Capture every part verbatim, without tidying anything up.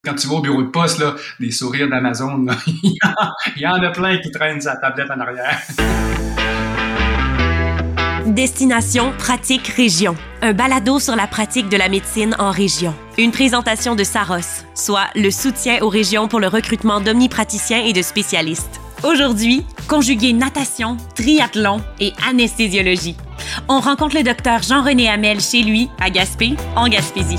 Quand tu vas au bureau de poste, là, les sourires d'Amazon, là, il y en a plein qui traînent sa tablette en arrière. Destination Pratique Région, un balado sur la pratique de la médecine en région. Une présentation de Saros, soit le soutien aux régions pour le recrutement d'omnipraticiens et de spécialistes. Aujourd'hui, conjuguer natation, triathlon et anesthésiologie. On rencontre le docteur Jean-René Hamel chez lui, à Gaspé, en Gaspésie.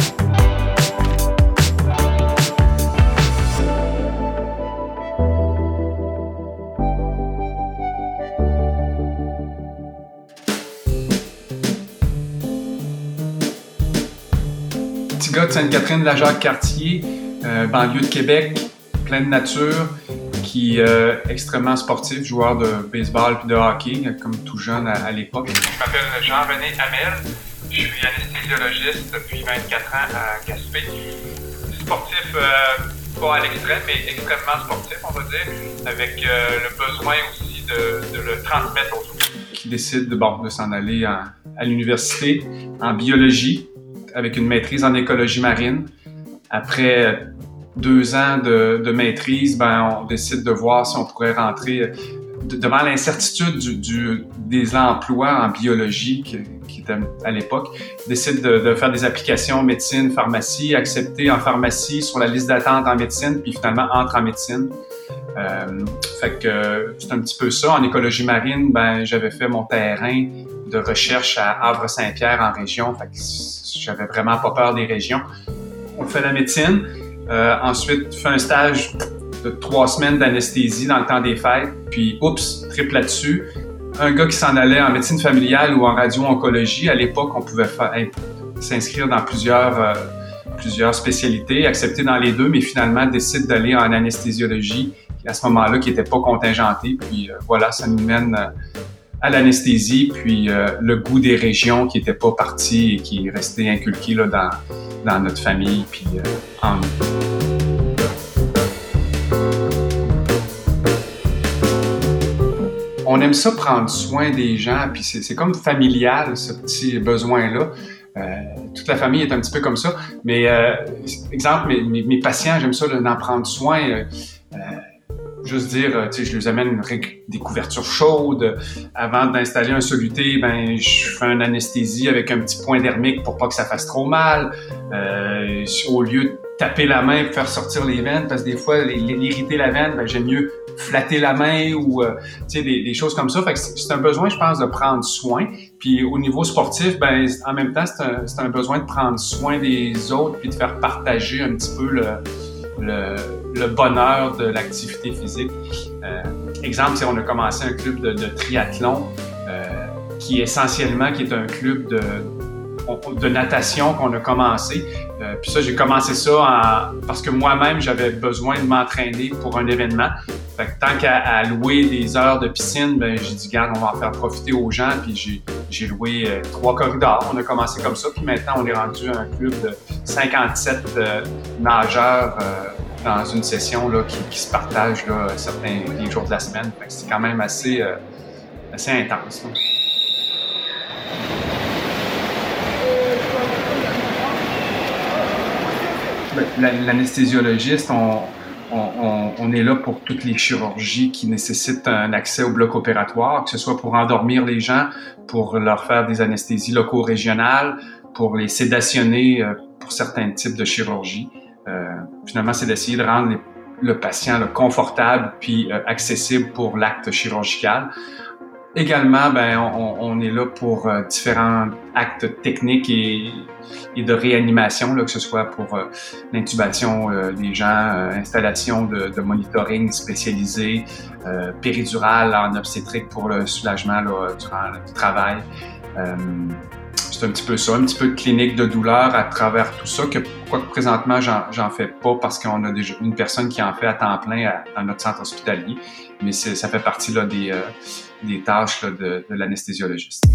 Petit gars de Sainte-Catherine-de-la-Jacques-Cartier, euh, banlieue de Québec, plein de nature, qui est euh, extrêmement sportif, joueur de baseball puis de hockey, comme tout jeune à, à l'époque. Je m'appelle Jean-René Hamel, je suis anesthésiologiste depuis vingt-quatre ans à Gaspé. Sportif, euh, pas à l'extrême, mais extrêmement sportif, on va dire, avec euh, le besoin aussi de, de le transmettre aux autres. Qui décide de, bon, de s'en aller en, à l'université en biologie, avec une maîtrise en écologie marine. Après deux ans de, de maîtrise, ben, on décide de voir si on pourrait rentrer de, devant l'incertitude du, du, des emplois en biologie qui, qui était à l'époque. On décide de, de faire des applications médecine, pharmacie, accepté en pharmacie sur la liste d'attente en médecine, puis finalement entre en médecine. Euh, fait que c'est un petit peu ça. En écologie marine, ben, j'avais fait mon terrain de recherche à Havre-Saint-Pierre en région. Fait que j'avais vraiment pas peur des régions. On fait la médecine. Euh, ensuite, fait un stage de trois semaines d'anesthésie dans le temps des fêtes. Puis, oups, triple là-dessus. Un gars qui s'en allait en médecine familiale ou en radio-oncologie. À l'époque, on pouvait faire, s'inscrire dans plusieurs, euh, plusieurs spécialités, accepter dans les deux, mais finalement décide d'aller en anesthésiologie à ce moment-là, qui n'était pas contingenté. Puis euh, voilà, ça nous mène euh, à l'anesthésie, puis euh, le goût des régions qui n'était pas parti et qui est resté inculqué là, dans, dans notre famille, puis euh, en nous. On aime ça prendre soin des gens, puis c'est, c'est comme familial, ce petit besoin-là. Euh, toute la famille est un petit peu comme ça. Mais, euh, exemple, mes, mes, mes patients, j'aime ça d'en prendre soin. Euh, euh, Juste dire, tu sais, je les amène des couvertures chaudes. Avant d'installer un soluté, ben, je fais une anesthésie avec un petit point dermique pour pas que ça fasse trop mal. Euh, au lieu de taper la main pour faire sortir les veines, parce que des fois, l'irriter la veine, ben, j'aime mieux flatter la main ou, euh, tu sais, des, des choses comme ça. Fait que c'est un besoin, je pense, de prendre soin. Puis au niveau sportif, ben, en même temps, c'est un, c'est un besoin de prendre soin des autres puis de faire partager un petit peu le, le le bonheur de l'activité physique. Euh, exemple, si on a commencé un club de, de triathlon, euh, qui essentiellement qui est un club de, de natation qu'on a commencé. Euh, puis ça, j'ai commencé ça en, parce que moi-même, j'avais besoin de m'entraîner pour un événement. Fait que tant qu'à à louer des heures de piscine, ben j'ai dit, garde, on va en faire profiter aux gens. Puis j'ai, j'ai loué euh, trois corridors. On a commencé comme ça. Puis maintenant, on est rendu à un club de cinquante-sept euh, nageurs euh, dans une session là, qui, qui se partage là, certains les jours de la semaine. Fait que c'est quand même assez, euh, assez intense. Là. Ben, l'anesthésiologiste, on, on, on est là pour toutes les chirurgies qui nécessitent un accès au bloc opératoire, que ce soit pour endormir les gens, pour leur faire des anesthésies loco-régionales, pour les sédationner euh, pour certains types de chirurgie. Euh, finalement, c'est d'essayer de rendre les, le patient là, confortable puis euh, accessible pour l'acte chirurgical. Également, ben, on, on est là pour euh, différents actes techniques et, et de réanimation, là, que ce soit pour euh, l'intubation euh, des gens, euh, installation de, de monitoring spécialisé, euh, péridurale en obstétrique pour le soulagement là, durant le travail. Euh, C'est un petit peu ça, un petit peu de clinique de douleur à travers tout ça, que quoique présentement, j'en, j'en fais pas parce qu'on a déjà une personne qui en fait à temps plein à, dans notre centre hospitalier, mais c'est, ça fait partie là, des, euh, des tâches là, de, de l'anesthésiologiste.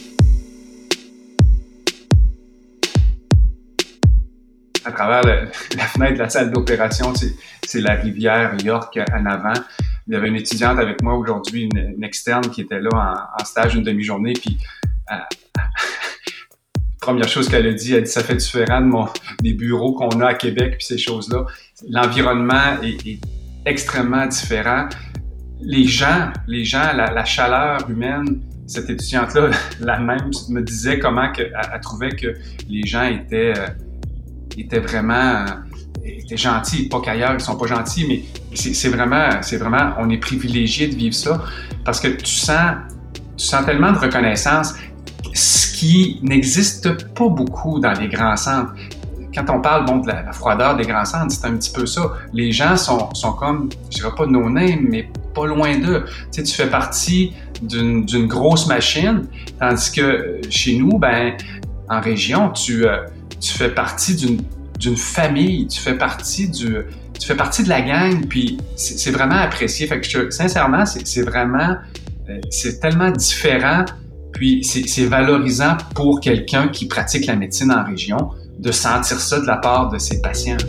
À travers le, la fenêtre de la salle d'opération, c'est, c'est la rivière York en avant. Il y avait une étudiante avec moi aujourd'hui, une, une externe qui était là en, en stage une demi-journée, puis euh, première chose qu'elle a dit, elle dit ça fait différent de mon, des bureaux qu'on a à Québec puis ces choses-là. L'environnement est, est extrêmement différent. Les gens, les gens, la, la chaleur humaine, cette étudiante-là, la même, me disait comment que, elle, elle trouvait que les gens étaient, euh, étaient vraiment, euh, étaient gentils. Pas qu'ailleurs ils sont pas gentils, mais c'est, c'est vraiment, c'est vraiment, on est privilégié de vivre ça parce que tu sens, tu sens tellement de reconnaissance, ce qui n'existe pas beaucoup dans les grands centres. Quand on parle bon, de la, la froideur des grands centres, c'est un petit peu ça. Les gens sont, sont comme, je dirais pas no name, mais pas loin d'eux. Tu sais, tu fais partie d'une, d'une grosse machine, tandis que chez nous, ben, en région, tu, euh, tu fais partie d'une, d'une famille, tu fais partie du, tu fais partie de la gang, puis c'est, c'est vraiment apprécié. Fait que je, sincèrement, c'est, c'est vraiment, euh, c'est tellement différent, puis c'est, c'est valorisant pour quelqu'un qui pratique la médecine en région de sentir ça de la part de ses patients.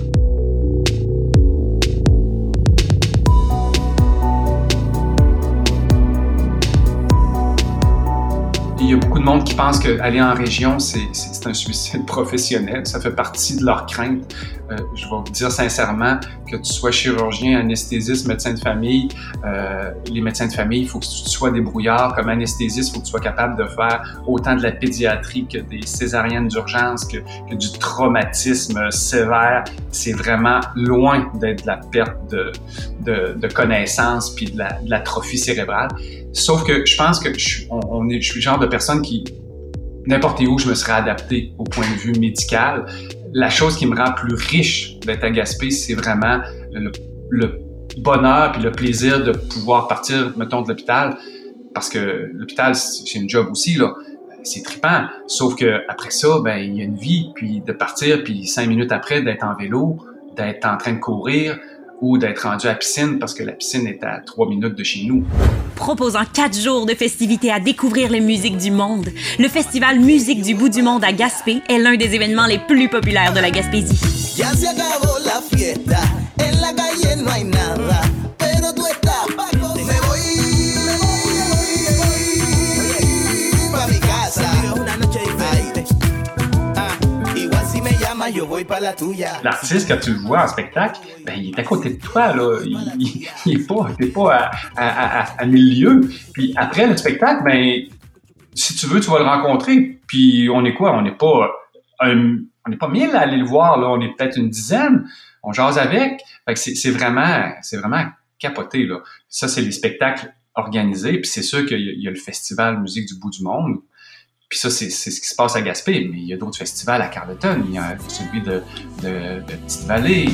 Il y a beaucoup de monde qui pense qu'aller en région, c'est, c'est, c'est un suicide professionnel. Ça fait partie de leur crainte. Euh, je vais vous dire sincèrement que tu sois chirurgien, anesthésiste, médecin de famille, euh, les médecins de famille, il faut que tu sois débrouillard. Comme anesthésiste, il faut que tu sois capable de faire autant de la pédiatrie que des césariennes d'urgence, que, que du traumatisme sévère. C'est vraiment loin d'être de la perte de, de, de connaissances puis de, la, de l'atrophie cérébrale. Sauf que je pense que je, on, on est, je suis le genre de personne qui, n'importe où, je me serais adapté au point de vue médical. La chose qui me rend plus riche d'être à Gaspé, c'est vraiment le, le bonheur puis le plaisir de pouvoir partir, mettons, de l'hôpital. Parce que l'hôpital, c'est une job aussi, là. C'est trippant. Sauf que après ça, ben, il y a une vie, puis de partir, puis cinq minutes après, d'être en vélo, d'être en train de courir, ou d'être rendu à la piscine parce que la piscine est à trois minutes de chez nous. Proposant quatre jours de festivités à découvrir les musiques du monde, le festival Musique du bout du monde à Gaspé est l'un des événements les plus populaires de la Gaspésie. L'artiste, quand tu le vois en spectacle, ben, il est à côté de toi, là. Il, il, il est pas, il est pas à, à, à, à mille lieues. Puis après le spectacle, ben, si tu veux, tu vas le rencontrer. Puis on est quoi? On n'est pas un, on n'est pas mille à aller le voir, là. On est peut-être une dizaine. On jase avec. Fait que c'est, c'est vraiment, c'est vraiment capoté, là. Ça, c'est les spectacles organisés. Puis c'est sûr qu'il y a, il y a le festival Musique du bout du monde. Puis ça, c'est, c'est ce qui se passe à Gaspé, mais il y a d'autres festivals à Carleton. Il y a celui de, de, de Petite-Vallée.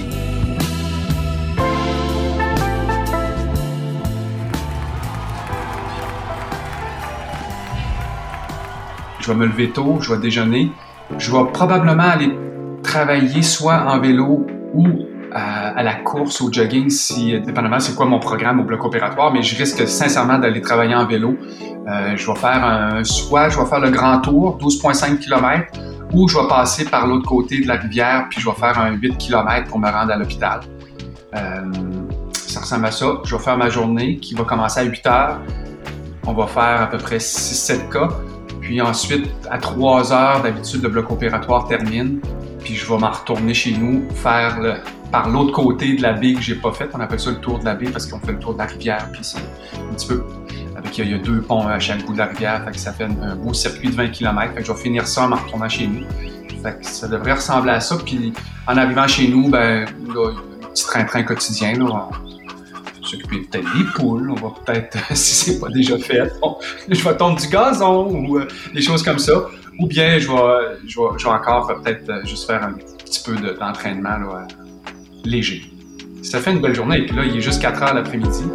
Je vais me lever tôt, je vais déjeuner. Je vais probablement aller travailler soit en vélo ou à, à la course, au jogging, si, dépendamment c'est quoi mon programme au bloc opératoire, mais je risque sincèrement d'aller travailler en vélo. Euh, je vais faire un, soit je vais faire le grand tour, douze virgule cinq kilomètres, ou je vais passer par l'autre côté de la rivière, puis je vais faire un huit kilomètres pour me rendre à l'hôpital. Euh, ça ressemble à ça. Je vais faire ma journée qui va commencer à huit heures. On va faire à peu près six sept cas. Puis ensuite, à trois heures, d'habitude, le bloc opératoire termine. Puis je vais m'en retourner chez nous, faire le, par l'autre côté de la baie que j'ai pas faite. On appelle ça le tour de la baie parce qu'on fait le tour de la rivière. Puis c'est un petit peu... Avec, il y a deux ponts à chaque bout de la rivière. Fait que ça fait un, un beau circuit de vingt kilomètres. Fait que je vais finir ça en m'en retournant chez nous. Fait que ça devrait ressembler à ça. Puis en arrivant chez nous, ben là, il y a un petit train-train quotidien. Là, on va s'occuper peut-être des poules. On va peut-être, si c'est pas déjà fait, bon, je vais tondre du gazon ou euh, des choses comme ça. Ou bien je vais, je vais, je vais encore peut-être euh, juste faire un petit peu de, d'entraînement là, euh, léger. Ça fait une belle journée. Et puis là, il est juste quatre heures l'après-midi.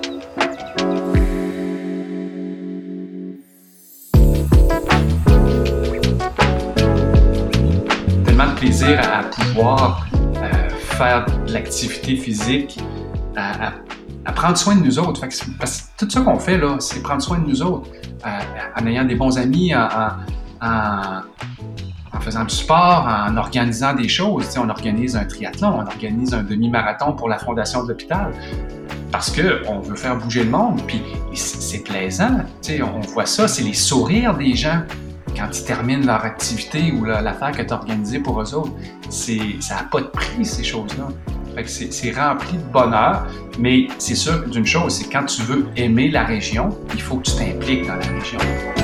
Tellement de plaisir à, à pouvoir euh, faire de l'activité physique, à, à, à prendre soin de nous autres. Fait que parce que tout ça qu'on fait, là, c'est prendre soin de nous autres. Euh, en ayant des bons amis, en, en, en, en faisant du sport, en organisant des choses. T'sais, on organise un triathlon, on organise un demi-marathon pour la Fondation de l'hôpital. Parce qu'on veut faire bouger le monde, puis c'est plaisant. T'sais, on voit ça, c'est les sourires des gens. quand ils terminent leur activité ou là, l'affaire que tu as organisée pour eux autres, c'est, ça n'a pas de prix, ces choses-là. Fait que c'est, c'est rempli de bonheur, mais c'est sûr d'une chose, c'est quand tu veux aimer la région, il faut que tu t'impliques dans la région.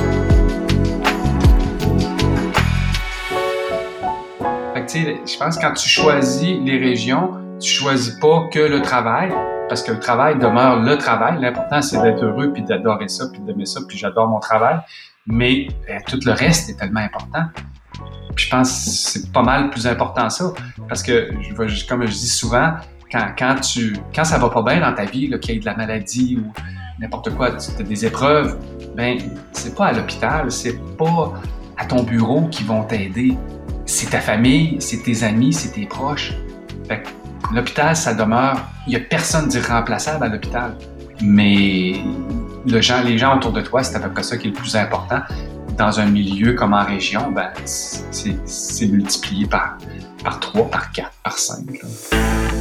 Fait que tu sais, je pense que quand tu choisis les régions, tu choisis pas que le travail, parce que le travail demeure le travail. L'important, c'est d'être heureux, puis d'adorer ça, puis d'aimer ça, puis j'adore mon travail. Mais ben, tout le reste est tellement important. Puis je pense que c'est pas mal plus important ça. Parce que, je, comme je dis souvent, quand, quand, tu, quand ça va pas bien dans ta vie, là, qu'il y ait de la maladie ou n'importe quoi, tu as des épreuves, ben c'est pas à l'hôpital, c'est pas à ton bureau qui vont t'aider. C'est ta famille, c'est tes amis, c'est tes proches. Fait que l'hôpital, ça demeure... Il n'y a personne d'irremplaçable à l'hôpital. Mais le gens, les gens autour de toi, c'est à peu près ça qui est le plus important. Dans un milieu comme en région, ben, c'est, c'est multiplié par, par trois, par quatre, par cinq. Là.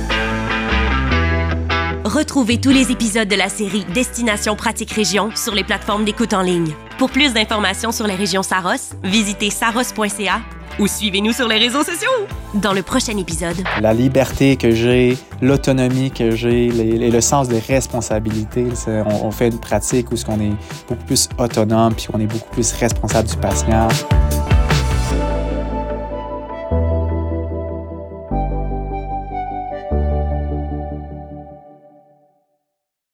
Retrouvez tous les épisodes de la série Destination Pratique Région sur les plateformes d'écoute en ligne. Pour plus d'informations sur les régions Saros, visitez saros point c a ou suivez-nous sur les réseaux sociaux. Dans le prochain épisode, la liberté que j'ai, l'autonomie que j'ai, les, le sens des responsabilités. On, on fait une pratique où on est beaucoup plus autonome puis qu'on est beaucoup plus responsable du patient.